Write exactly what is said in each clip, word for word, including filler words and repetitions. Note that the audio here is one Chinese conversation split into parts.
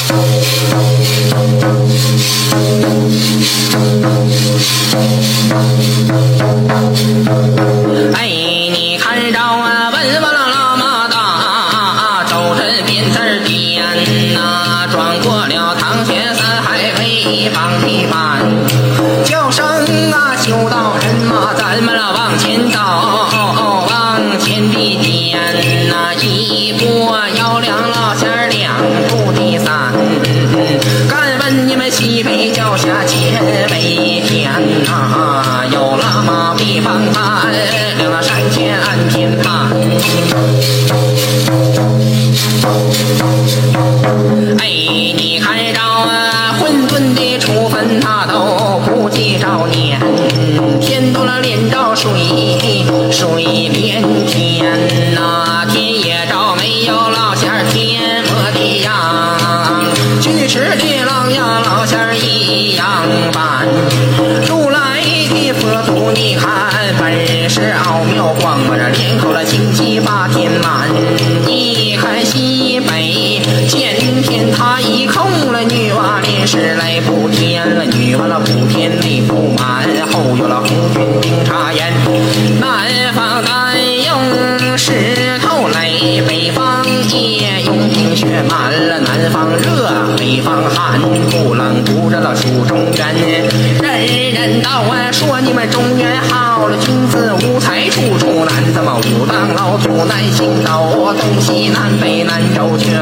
哎，你看着啊，文文了那么大，周身鞭子颠呐，转过了唐玄三海北方地盘，叫声啊，修道人嘛，咱们了往前走，往前地颠呐，一步摇两老仙儿，两步地三，敢问你们西北脚下前为天呐，有了马背方盘，两了山前安天盘。哎，你看着啊，混沌的初分他都不计着年，天都了连着水，水连天呐，天也着没有老仙儿天模地样，锯齿的狼呀老仙儿一样般，如来的佛祖你看本是奥妙光，我这连口了清气八天满，你看西北见天他一空了，女娲炼石来补天了，女娲了补天内不满，后有了红军定察言，南方单用石头垒，北方也用冰雪满了，南方热北方寒，不冷不热了蜀中原，人人道啊说你们中原好了，君子无才处处难，怎么武当老祖难行走，东西南北难周全。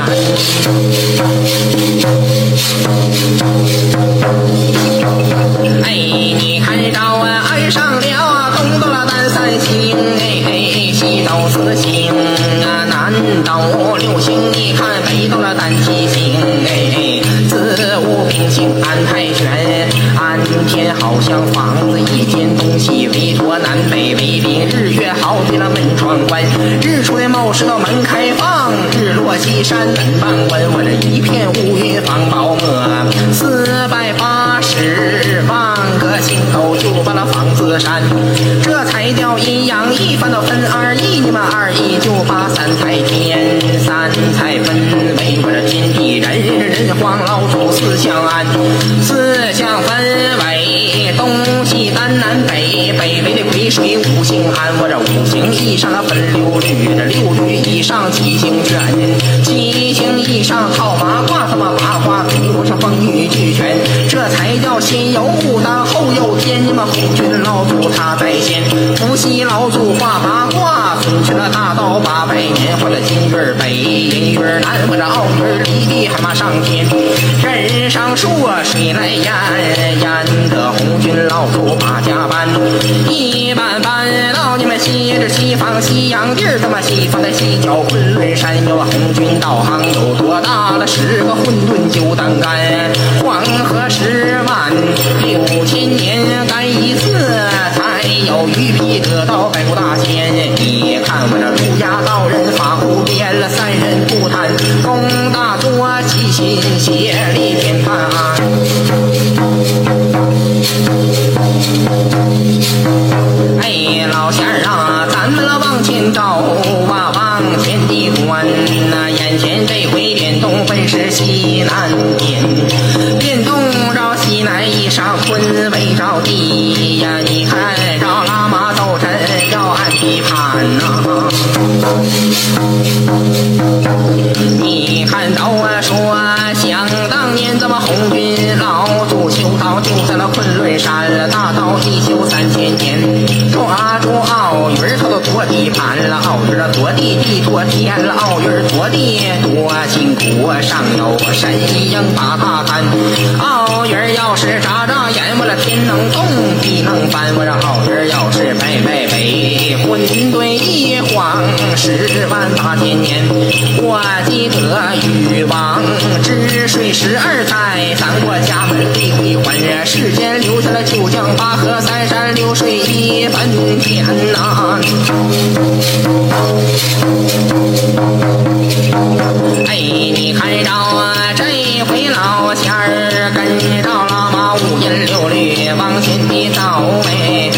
哎，你看着啊，岸上了啊，东到了单三星，哎哎，西到四星啊，南到六星，你看北到了单七星，哎哎，子午并行安太玄，安天好像房子一间，东西为托，南北为宾，日月好比了门窗关，日出的卯时了门开放，日落西山门半关，我这一片乌云防宝墨，四百八十万个星斗就把了房子山，这才叫阴阳一分到分二一，你们二一就把三才天，三才分为我这天地人，人皇老祖四相安，四相分为东西南南北，北为的癸水五行安，我这五行以上了分六律，这六律以上七星玄，七星以上套八卦，怎么八卦图上风雨俱全，这才叫先有武当后有天，你们红军老祖他在先，伏羲老祖画八卦，孙权了大道八百年，或者金月北银月南，或者奥月离地还马上天，人上树水来淹，淹得红军老祖把家搬，一般搬到你们西至西方西洋地儿，怎么西方的西角昆仑山，有红军导航有多大了，十个混沌就当干，黄河十万六千年干一次，才有鱼皮得到百古大仙，你看我这儒家道人法不变了，三人不谈，功大多齐心协力天盘。哎，老仙儿啊，咱们了往前走啊，往前地观呐，眼前这回变动本是西南边，变动着西南一上坤为着地呀，你看着拉马走阵要按地盘呐，你看到啊说想当年这么红军老祖修道就在了昆仑山，大道一修三千年，抓住奥运他都夺地盘了，奥运啊夺地地夺天了，奥运夺地多辛苦，上有神鹰把他看，奥运要是眨眨眼，我这天能动地能翻，我这奥运要是北北北混沌一晃十万八千年，我记得禹王治水十二载，咱国家门地归还，世间留下了九江八河三山流水一分天呐。哎，你看着啊，这回老仙儿跟着了马五音六律往前地走，哎，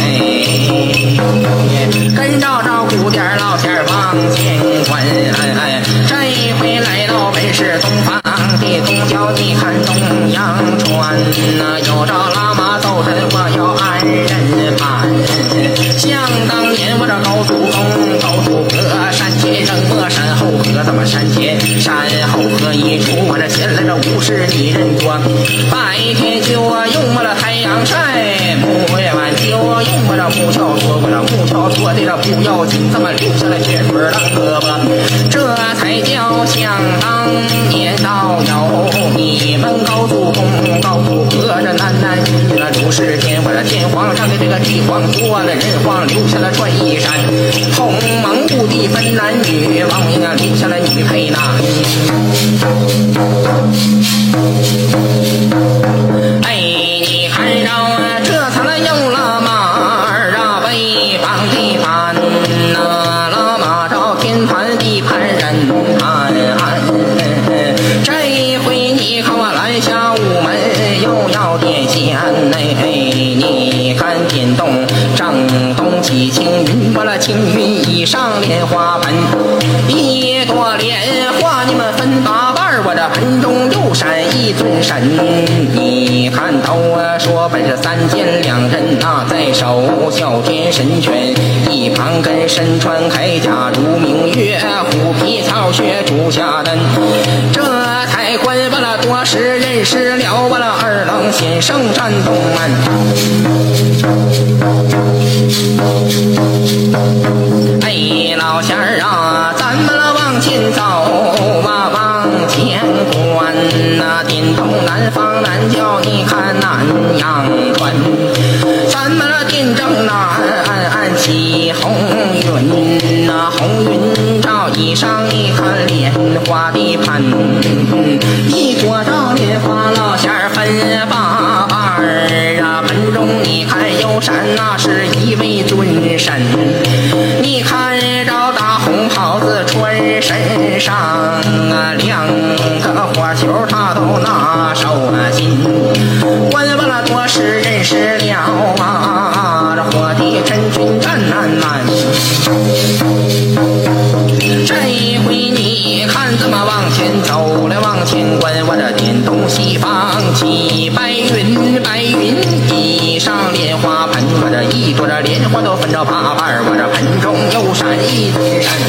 跟着着古典老仙儿往前观，哎，这回来到本是东方的东郊，你看东阳川呐，有着喇嘛奏神，我要安人盘。想当年我这高祖公高祖哥山前人我山后河，怎么山前山后河一出，我这闲来这五十里人多。白天就用我这太阳晒，夜晚就用我这木桥做，我这木桥做的这不要紧，怎么留下了血腿的胳膊？这才叫想当年道有你们高祖公高祖哥这男男女女如是天，我这天皇上的这个地皇做了人皇，留下了穿衣衫，同盟不地分男女，王明啊留下了女配男。哎，你看着啊，这才有了马儿啊，威邦地盘呐，拉马照天盘地盘人盘。这回你看我拦下午门，又要点线哎，你看点动张东起青云，我了青云以上莲花盆，一朵莲花你们分八瓣，我这盆中又闪一尊神。你看都说本是三尖两人呐，在手哮天神拳，一旁跟身穿铠甲如明月，虎皮草靴主下灯。这才关完了多时认识了完了二郎先生战东岸。哎，老仙儿啊，咱们了往前走啊，往前观呐，点东南方南角，你看南阳川，咱们了点正南岸起红云呐，红云罩以上你看莲花的盘，一朵照莲花老仙儿分八瓣儿啊，盆中你看有闪那是一位尊神，你看着大红袍子穿身上啊，两个火球他都拿手心，问完了多时认识了啊，这火地真君战难满。这一回你看怎么往前走了，往前观我这点东西方起白云，白云以上莲花盆，我这一朵这莲花都分着八瓣，我这盆中有闪一尊闪。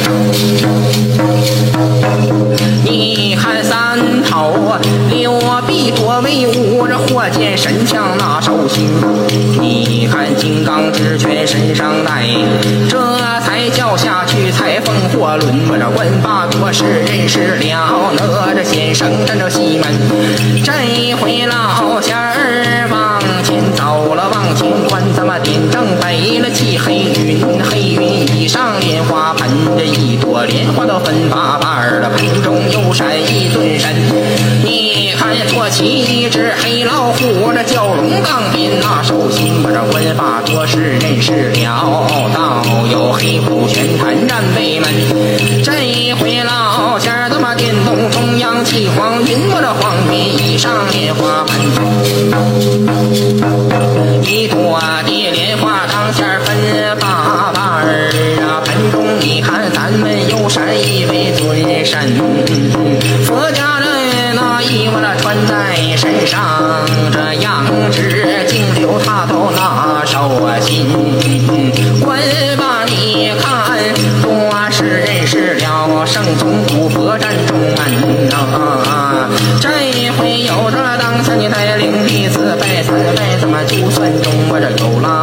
你看三头六臂多威武，这火箭神枪拿手心，你看金刚之拳身上带，这才叫下去才风火轮，我这问罢多时认识了哪吒先生站着西门。这回老仙儿往前走了，往前观咱们点正北了起黑云，黑云以上莲花盆，这一朵莲花都分八瓣了，盆中有闪一尊神。你看做起一只黑老虎，这蛟龙杠边拿手心，我这问罢多时认识了道有黑虎玄坛战北门。这一回老仙儿他妈电动中央起黄云，我这黄云以上莲花盆，一朵的莲花当仙儿分八瓣儿啊，盆中你看咱们有闪一位尊神，佛家人那衣服那穿在身上，这样子净流他都拿手心，问吧你看多是认识了圣宗古佛战中门啊，这回有着当下你带领弟子拜三拜，怎么就算中我这有了